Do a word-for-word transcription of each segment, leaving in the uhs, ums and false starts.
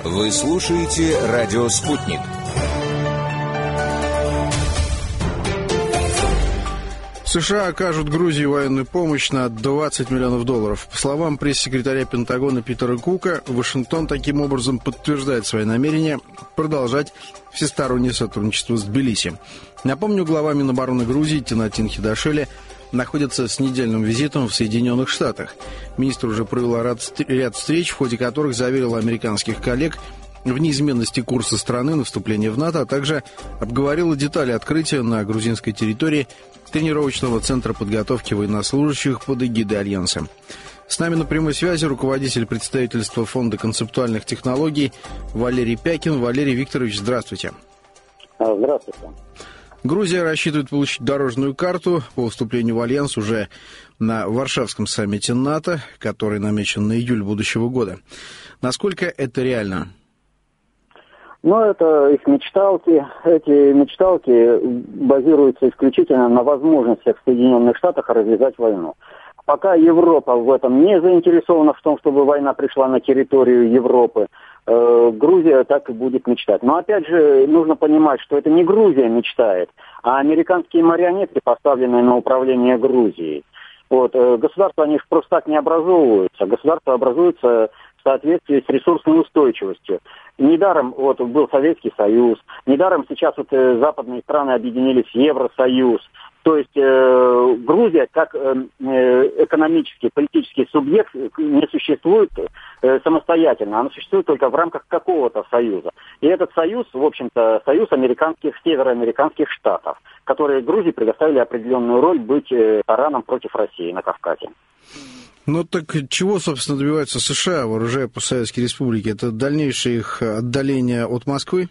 Вы слушаете «Радио Спутник». США окажут Грузии военную помощь на двадцать миллионов долларов. По словам пресс-секретаря Пентагона Питера Кука, Вашингтон таким образом подтверждает свои намерения продолжать всестороннее сотрудничество с Тбилиси. Напомню, глава Минобороны Грузии Тинатин Хидашвили находится с недельным визитом в Соединенных Штатах. Министр уже провел ряд встреч, в ходе которых заверил американских коллег в неизменности курса страны на вступление в НАТО, а также обговорила детали открытия на грузинской территории тренировочного центра подготовки военнослужащих под эгидой Альянса. С нами на прямой связи руководитель представительства Фонда концептуальных технологий Валерий Пякин. Валерий Викторович, здравствуйте. Здравствуйте. Грузия рассчитывает получить дорожную карту по вступлению в Альянс уже на Варшавском саммите НАТО, который намечен на июль будущего года. Насколько это реально? Ну, это их мечталки. Эти мечталки базируются исключительно на возможностях в Соединенных Штатах развязать войну. Пока Европа в этом не заинтересована, в том, чтобы война пришла на территорию Европы, э, Грузия так и будет мечтать. Но опять же, нужно понимать, что это не Грузия мечтает, а американские марионетки, поставленные на управление Грузией. Вот, э, государства, они же просто так не образовываются. Государства образуются в соответствии с ресурсной устойчивостью. Недаром вот был Советский Союз, недаром сейчас вот э, западные страны объединились в Евросоюз. То есть э, Грузия как э, экономический, политический субъект не существует э, самостоятельно, она существует только в рамках какого-то союза. И этот союз, в общем-то, союз американских, североамериканских штатов, которые Грузии предоставили определенную роль быть э, тараном против России на Кавказе. Ну так чего, собственно, добиваются США, вооружая постсоветские республики? Это дальнейшее их отдаление от Москвы?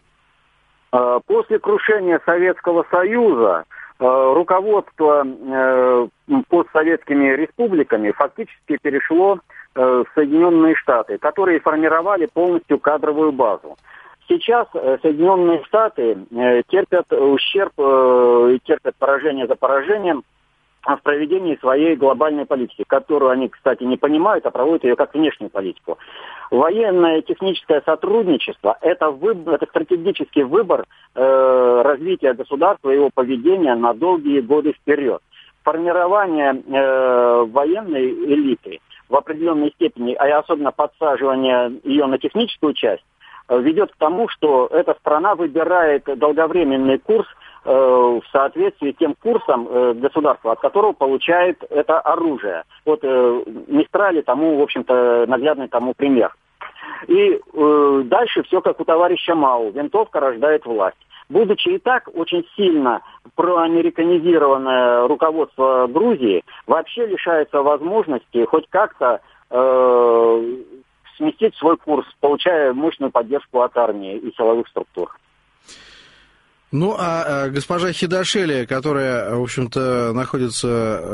После крушения Советского Союза руководство постсоветскими республиками фактически перешло в Соединенные Штаты, которые формировали полностью кадровую базу. Сейчас Соединенные Штаты терпят ущерб и терпят поражение за поражением в проведении своей глобальной политики, которую они, кстати, не понимают, а проводят ее как внешнюю политику. Военное и техническое сотрудничество – это, выбор, это стратегический выбор э, развития государства и его поведения на долгие годы вперед. Формирование э, военной элиты в определенной степени, а особенно подсаживание ее на техническую часть, э, ведет к тому, что эта страна выбирает долговременный курс в соответствии с тем курсом э, государства, от которого получает это оружие. Вот э, Мистрали тому, в общем-то, наглядный тому пример. И э, дальше все как у товарища Мао. Винтовка рождает власть. Будучи и так очень сильно проамериканизированное руководство Грузии, вообще лишается возможности хоть как-то э, сместить свой курс, получая мощную поддержку от армии и силовых структур. Ну, а госпожа Хидашвили, которая, в общем-то, находится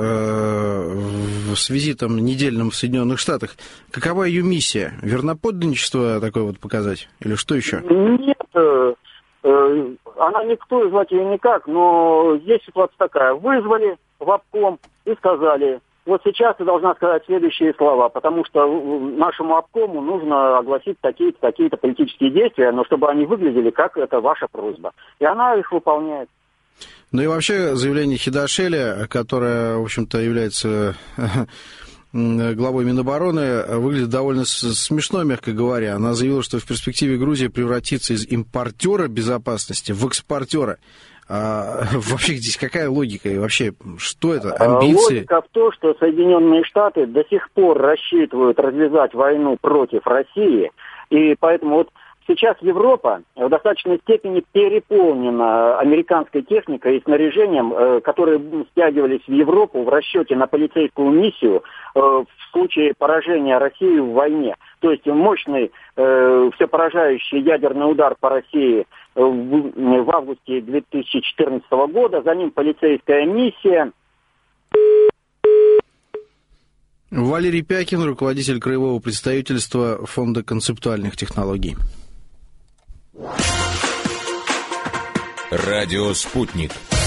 э, с визитом недельным в Соединенных Штатах, какова ее миссия? Верноподданничество такое вот показать? Или что еще? Нет, э, э, она никто, звать ее никак, но здесь ситуация такая. Вызвали в обком и сказали: вот сейчас ты должна сказать следующие слова, потому что нашему обкому нужно огласить такие-то, такие-то политические действия, но чтобы они выглядели, как это ваша просьба. И она их выполняет. Ну и вообще заявление Хидашвили, которая, в общем-то, является главой Минобороны, выглядит довольно смешно, мягко говоря. Она заявила, что в перспективе Грузия превратится из импортера безопасности в экспортера. А, вообще здесь какая логика и вообще что это? Амбиции? Логика в том, что Соединенные Штаты до сих пор рассчитывают развязать войну против России, и поэтому вот сейчас Европа в достаточной степени переполнена американской техникой и снаряжением, которые стягивались в Европу в расчете на полицейскую миссию в случае поражения России в войне. То есть мощный всепоражающий ядерный удар по России в, в августе две тысячи четырнадцатого года, за ним полицейская миссия. Валерий Пякин, руководитель краевого представительства Фонда концептуальных технологий. Радио «Спутник».